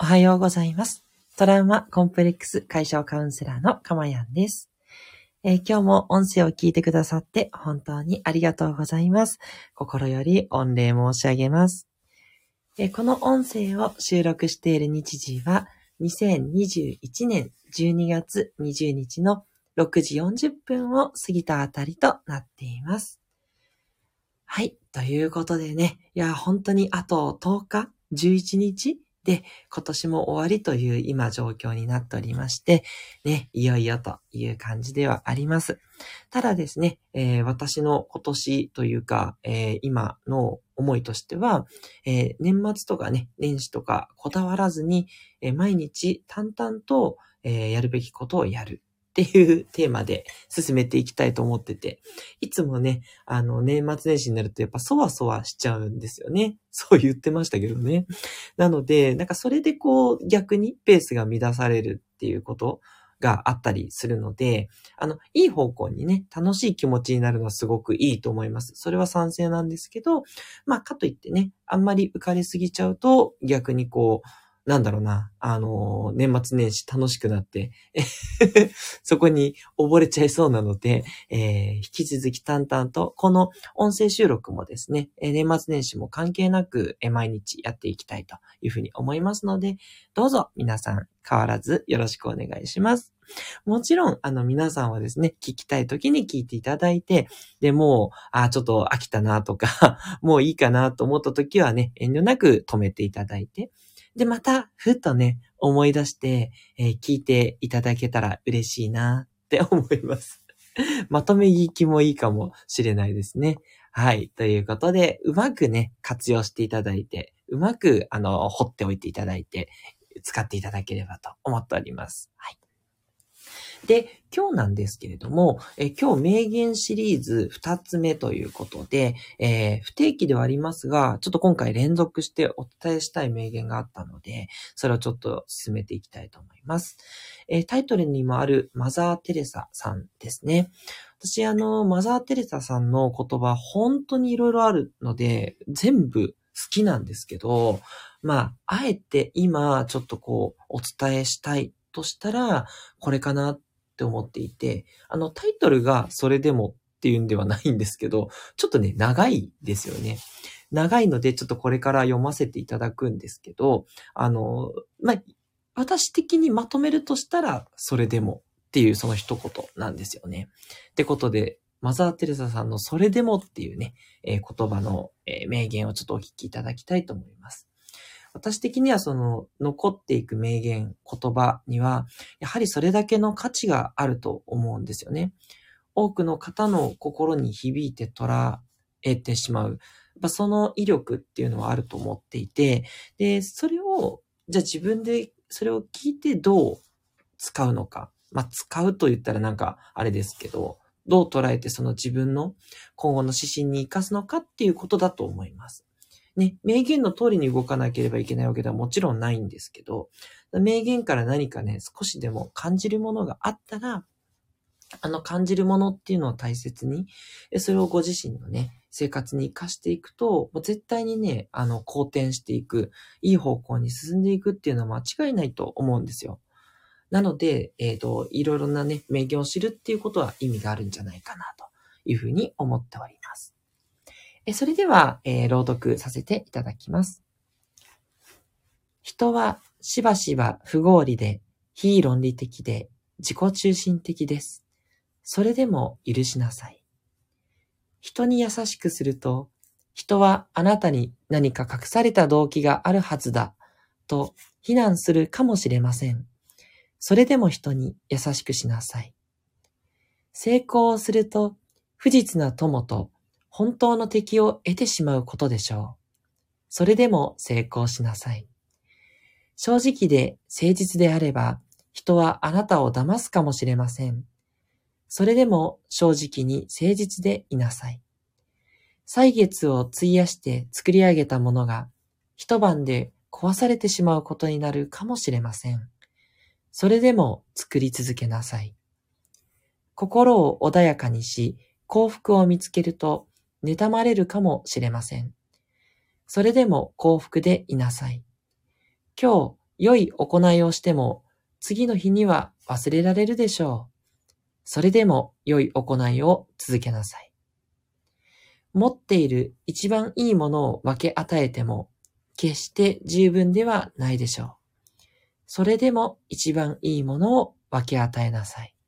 はようございます。トラウマコンプレックス解消カウンセラーのかまやんです。今日も音声を聞いてくださって本当にありがとうございます。心より御礼申し上げます。この音声を収録している日時は2021年12月20日の6時40分を過ぎたあたりとなっています。はい。ということでね、本当にあと10日、11日で今年も終わりという今状況になっておりまして、ね、いよいよという感じではあります。ただですね、私の今年というか、今の思いとしては、年末とかね、年始とかこだわらずに、毎日淡々と、やるべきことをやる。っていうテーマで進めていきたいと思ってて、いつもね、年末年始になるとやっぱそわそわしちゃうんですよね。そう言ってましたけどね。なので、それで逆にペースが乱されるっていうことがあったりするので、いい方向にね、楽しい気持ちになるのはすごくいいと思います。それは賛成なんですけど、かといってね、あんまり浮かれすぎちゃうと、逆に年末年始楽しくなって、そこに溺れちゃいそうなので、引き続き淡々と、この音声収録もですね、年末年始も関係なく、毎日やっていきたいというふうに思いますので、どうぞ皆さん変わらずよろしくお願いします。もちろん、皆さんはですね、聞きたい時に聞いていただいて、で、もう、ちょっと飽きたなとか、もういいかなと思った時はね、遠慮なく止めていただいて、で、また、ふっとね、思い出して、聞いていただけたら嬉しいなって思います。まとめ聞きもいいかもしれないですね。はい。ということで、うまくね、活用していただいて、うまく、掘っておいていただいて、使っていただければと思っております。はい。で、今日なんですけれども、今日名言シリーズ2つ目ということで、不定期ではありますが、ちょっと今回連続してお伝えしたい名言があったので、それをちょっと進めていきたいと思います。タイトルにもあるマザー・テレサさんですね。私、マザー・テレサさんの言葉、本当にいろいろあるので、全部好きなんですけど、あえて今、ちょっとお伝えしたいとしたら、これかなって思っていて、タイトルがそれでもっていうんではないんですけど、ちょっとね、長いですよね。長いので、ちょっとこれから読ませていただくんですけど、私的にまとめるとしたら、それでもっていうその一言なんですよね。ってことで、マザー・テレサさんのそれでもっていうね、言葉の、名言をちょっとお聞きいただきたいと思います。私的にはその残っていく名言、言葉には、やはりそれだけの価値があると思うんですよね。多くの方の心に響いて捉えてしまう。その威力っていうのはあると思っていて、で、それを、じゃあ自分でそれを聞いてどう使うのか。使うと言ったらあれですけど、どう捉えてその自分の今後の指針に生かすのかっていうことだと思います。ね、名言の通りに動かなければいけないわけではもちろんないんですけど、名言から何かね、少しでも感じるものがあったら、感じるものっていうのを大切に、それをご自身のね、生活に活かしていくと、もう絶対にね、好転していく、いい方向に進んでいくっていうのは間違いないと思うんですよ。なので、いろいろなね、名言を知るっていうことは意味があるんじゃないかなというふうに思っております。それでは、朗読させていただきます。人はしばしば不合理で、非論理的で、自己中心的です。それでも許しなさい。人に優しくすると、人はあなたに何か隠された動機があるはずだ、と非難するかもしれません。それでも人に優しくしなさい。成功をすると、不実な友と本当の敵を得てしまうことでしょう。それでも成功しなさい。正直で誠実であれば、人はあなたを騙すかもしれません。それでも正直に誠実でいなさい。歳月を費やして作り上げたものが、一晩で壊されてしまうことになるかもしれません。それでも作り続けなさい。心を穏やかにし、幸福を見つけると、妬まれるかもしれません。それでも幸福でいなさい。今日、 良い行いをしても、次の日には忘れられるでしょう。それでも良い行いを続けなさい。持っている一番いいものを分け与えても、決して十分ではないでしょう。それでも一番いいものを分け与えなさい。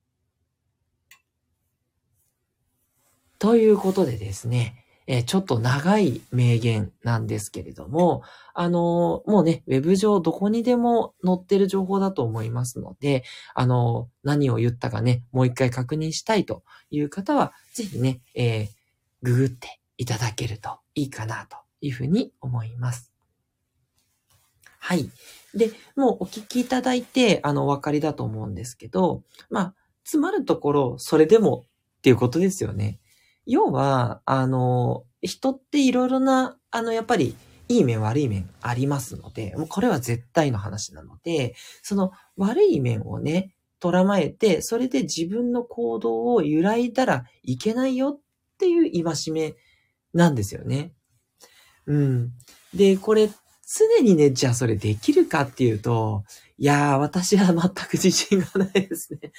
ということでですね、ちょっと長い名言なんですけれども、もうね、ウェブ上どこにでも載ってる情報だと思いますので、何を言ったかね、もう一回確認したいという方は、ぜひね、ググっていただけるといいかなというふうに思います。はい。で、もうお聞きいただいて、お分かりだと思うんですけど、つまるところ、それでもっていうことですよね。要は、人っていろいろな、やっぱり、いい面悪い面ありますので、もうこれは絶対の話なので、その悪い面をね、捉まえて、それで自分の行動を揺らいだらいけないよっていう戒めなんですよね。うん。で、これ、常にね、じゃあそれできるかっていうと、いやー、私は全く自信がないですね。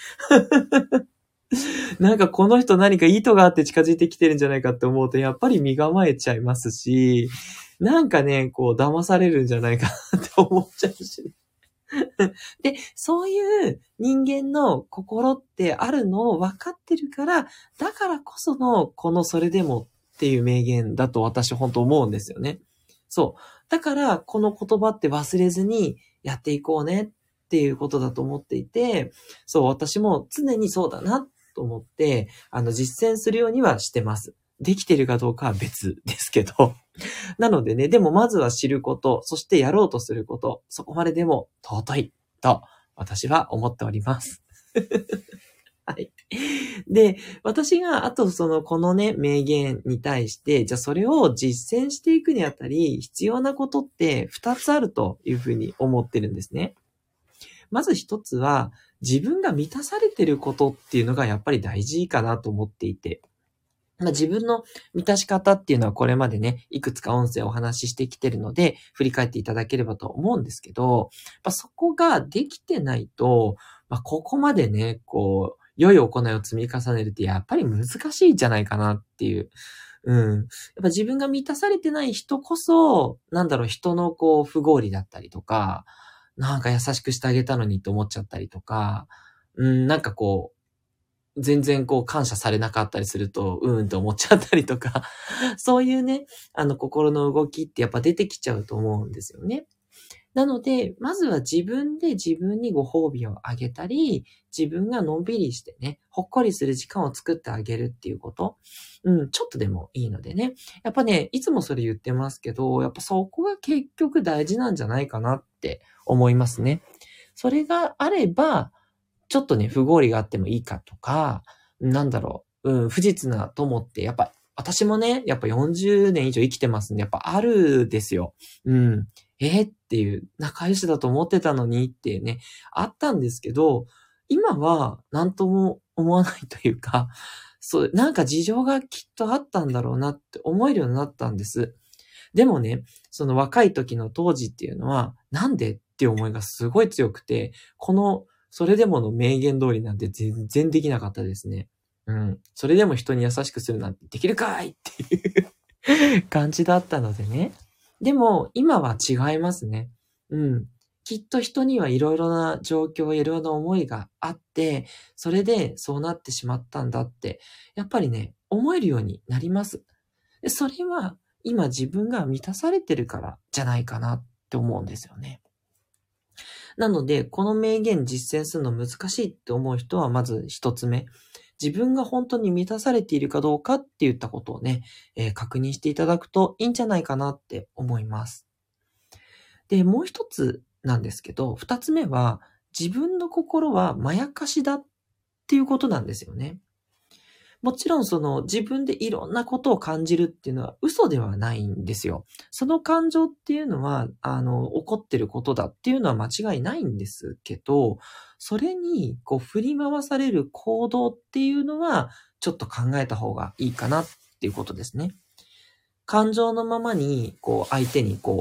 なんかこの人何か意図があって近づいてきてるんじゃないかって思うと、やっぱり身構えちゃいますし、なんかね、こう騙されるんじゃないかなって思っちゃうし、ね。で、そういう人間の心ってあるのを分かってるから、だからこそのこのそれでもっていう名言だと私本当思うんですよね。そう。だからこの言葉って忘れずにやっていこうねっていうことだと思っていて、そう、私も常にそうだなと思って、実践するようにはしてます。できてるかどうかは別ですけど。なのでね、でもまずは知ること、そしてやろうとすること、そこまででも尊いと私は思っております。はい。で、私が、あとこのね、名言に対して、じゃあそれを実践していくにあたり、必要なことって2つあるというふうに思ってるんですね。まず1つは、自分が満たされてることっていうのがやっぱり大事かなと思っていて、自分の満たし方っていうのはこれまでね、いくつか音声をお話ししてきてるので、振り返っていただければと思うんですけど、そこができてないと、ここまでね、こう、良い行いを積み重ねるってやっぱり難しいんじゃないかなっていう。うん。やっぱ自分が満たされてない人こそ、人のこう、不合理だったりとか、なんか優しくしてあげたのにと思っちゃったりとか、なんかこう、全然こう感謝されなかったりすると、って思っちゃったりとか、そういうね、心の動きってやっぱ出てきちゃうと思うんですよね。なので、まずは自分で自分にご褒美をあげたり、自分がのんびりしてね、ほっこりする時間を作ってあげるっていうこと。ちょっとでもいいのでね。やっぱね、いつもそれ言ってますけど、やっぱそこが結局大事なんじゃないかなって思いますね。それがあれば、ちょっとね、不合理があってもいいかとか、不実なと思って、やっぱ、私もね、やっぱ40年以上生きてますんで、やっぱあるですよ。っていう、仲良しだと思ってたのにっていうね、あったんですけど、今は何とも思わないというか、そう、なんか事情がきっとあったんだろうなって思えるようになったんです。でもね、その若い時の当時っていうのは、なんでっていう思いがすごい強くて、それでもの名言通りなんて全然できなかったですね。それでも人に優しくするなんてできるかいっていう感じだったのでね。でも、今は違いますね。きっと人にはいろいろな状況、いろいろな思いがあって、それでそうなってしまったんだって、やっぱりね、思えるようになります。でそれは、今自分が満たされてるからじゃないかなって思うんですよね。なので、この名言実践するの難しいって思う人は、まず一つ目。自分が本当に満たされているかどうかって言ったことをね、確認していただくといいんじゃないかなって思います。で、もう一つなんですけど、二つ目は、自分の心はまやかしだっていうことなんですよね。もちろん自分でいろんなことを感じるっていうのは嘘ではないんですよ。その感情っていうのは、起こってることだっていうのは間違いないんですけど、それにこう振り回される行動っていうのは、ちょっと考えた方がいいかなっていうことですね。感情のままに、こう相手に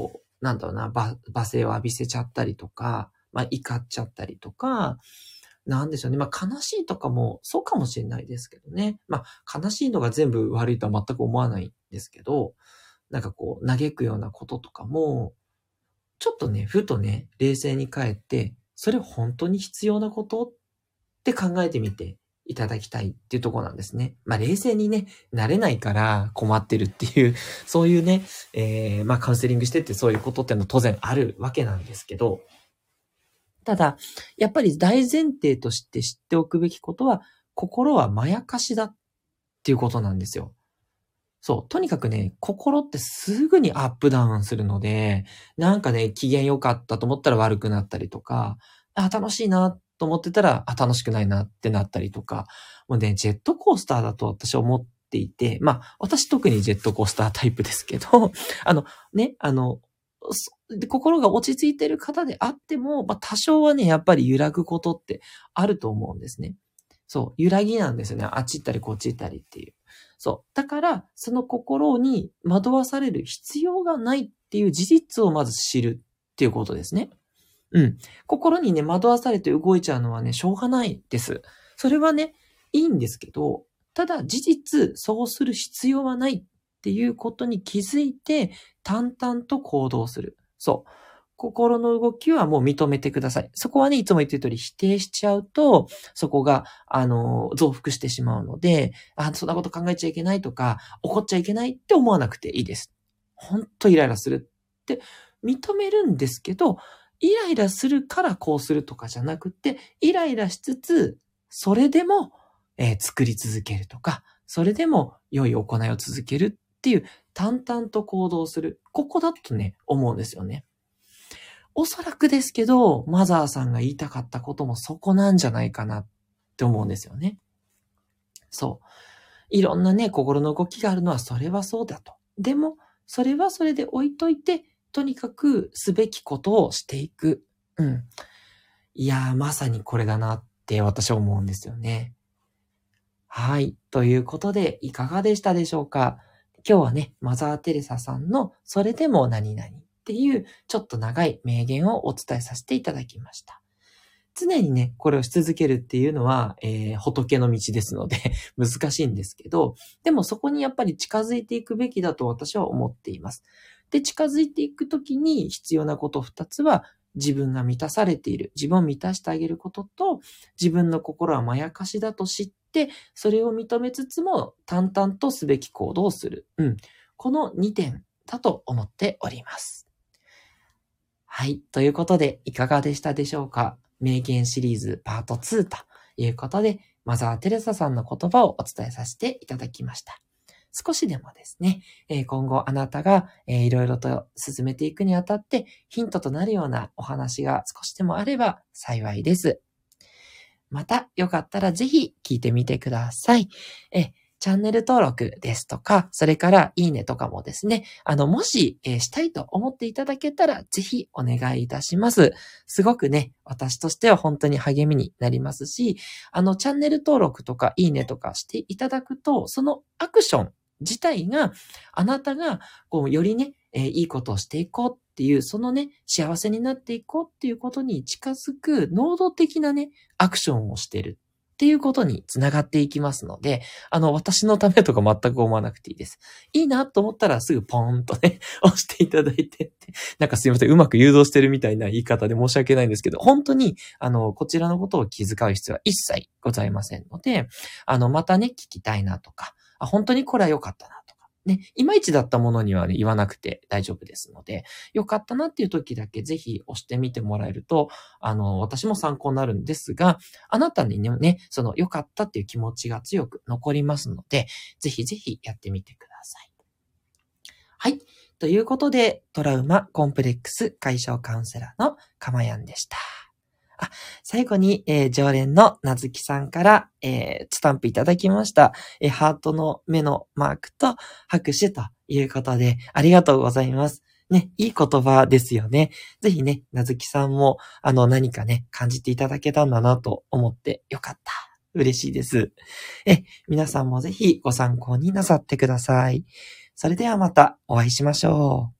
なんだろうな、罵声を浴びせちゃったりとか、怒っちゃったりとか、なんでしょうね。悲しいとかもそうかもしれないですけどね。悲しいのが全部悪いとは全く思わないんですけど、なんかこう、嘆くようなこととかも、ちょっとね、ふとね、冷静に帰って、それ本当に必要なことって考えてみていただきたいっていうところなんですね。冷静にね、なれないから困ってるっていう、そういうね、カウンセリングしてってそういうことってのは当然あるわけなんですけど、ただ、やっぱり大前提として知っておくべきことは、心はまやかしだっていうことなんですよ。そう。とにかくね、心ってすぐにアップダウンするので、なんかね、機嫌良かったと思ったら悪くなったりとか、楽しいなと思ってたら、楽しくないなってなったりとか、もうね、ジェットコースターだと私は思っていて、私特にジェットコースタータイプですけど、ね、心が落ち着いてる方であっても、多少はね、やっぱり揺らぐことってあると思うんですね。そう、揺らぎなんですよね。あっち行ったりこっち行ったりっていう。そう。だから、その心に惑わされる必要がないっていう事実をまず知るっていうことですね。うん。心にね、惑わされて動いちゃうのはね、しょうがないです。それはね、いいんですけど、ただ事実、そうする必要はないっていうことに気づいて、淡々と行動する。そう。心の動きはもう認めてください。そこはね、いつも言ってる通り否定しちゃうと、そこが、増幅してしまうので、そんなこと考えちゃいけないとか、怒っちゃいけないって思わなくていいです。ほんとイライラするって認めるんですけど、イライラするからこうするとかじゃなくて、イライラしつつ、それでも、作り続けるとか、それでも良い行いを続けるっていう、淡々と行動する。ここだとね、思うんですよね。おそらくですけど、マザーさんが言いたかったこともそこなんじゃないかなって思うんですよね。そう。いろんなね、心の動きがあるのはそれはそうだと。でも、それはそれで置いといて、とにかくすべきことをしていく。うん。いやー、まさにこれだなって私は思うんですよね。はい。ということで、いかがでしたでしょうか？今日はね、マザー・テレサさんのそれでも何々っていうちょっと長い名言をお伝えさせていただきました。常にね、これをし続けるっていうのは、仏の道ですので難しいんですけど、でもそこにやっぱり近づいていくべきだと私は思っています。で、近づいていくときに必要なこと2つは、自分が満たされている、自分を満たしてあげることと、自分の心はまやかしだと知って、それを認めつつも淡々とすべき行動をする。この2点だと思っております。はい。ということで、いかがでしたでしょうか？名言シリーズパート2ということで、マザー・テレサさんの言葉をお伝えさせていただきました。少しでもですね、今後あなたがいろいろと進めていくにあたってヒントとなるようなお話が少しでもあれば幸いです。またよかったらぜひ聞いてみてください。チャンネル登録ですとか、それからいいねとかもですね、もし、したいと思っていただけたら、ぜひお願いいたします。すごくね、私としては本当に励みになりますし、チャンネル登録とかいいねとかしていただくと、そのアクション自体が、あなたが、よりね、いいことをしていこうっていう、そのね、幸せになっていこうっていうことに近づく、能動的なね、アクションをしている。っていうことにつながっていきますので、私のためとか全く思わなくていいです。いいなと思ったらすぐポーンとね、押していただいてって、なんかすいません、うまく誘導してるみたいな言い方で申し訳ないんですけど、本当に、こちらのことを気遣う必要は一切ございませんので、またね、聞きたいなとか、本当にこれは良かったなとか、ね、いまいちだったものにはね、言わなくて大丈夫ですので、良かったなっていう時だけぜひ押してみてもらえると、私も参考になるんですが、あなたにね、その良かったっていう気持ちが強く残りますので、ぜひぜひやってみてください。はい。ということで、トラウマコンプレックス解消カウンセラーのかまやんでした。最後に、常連のなずきさんから、スタンプいただきました。ハートの目のマークと拍手ということで、ありがとうございます。ね、いい言葉ですよね。ぜひね、なずきさんも、何かね、感じていただけたんだなと思ってよかった。嬉しいです。皆さんもぜひご参考になさってください。それではまたお会いしましょう。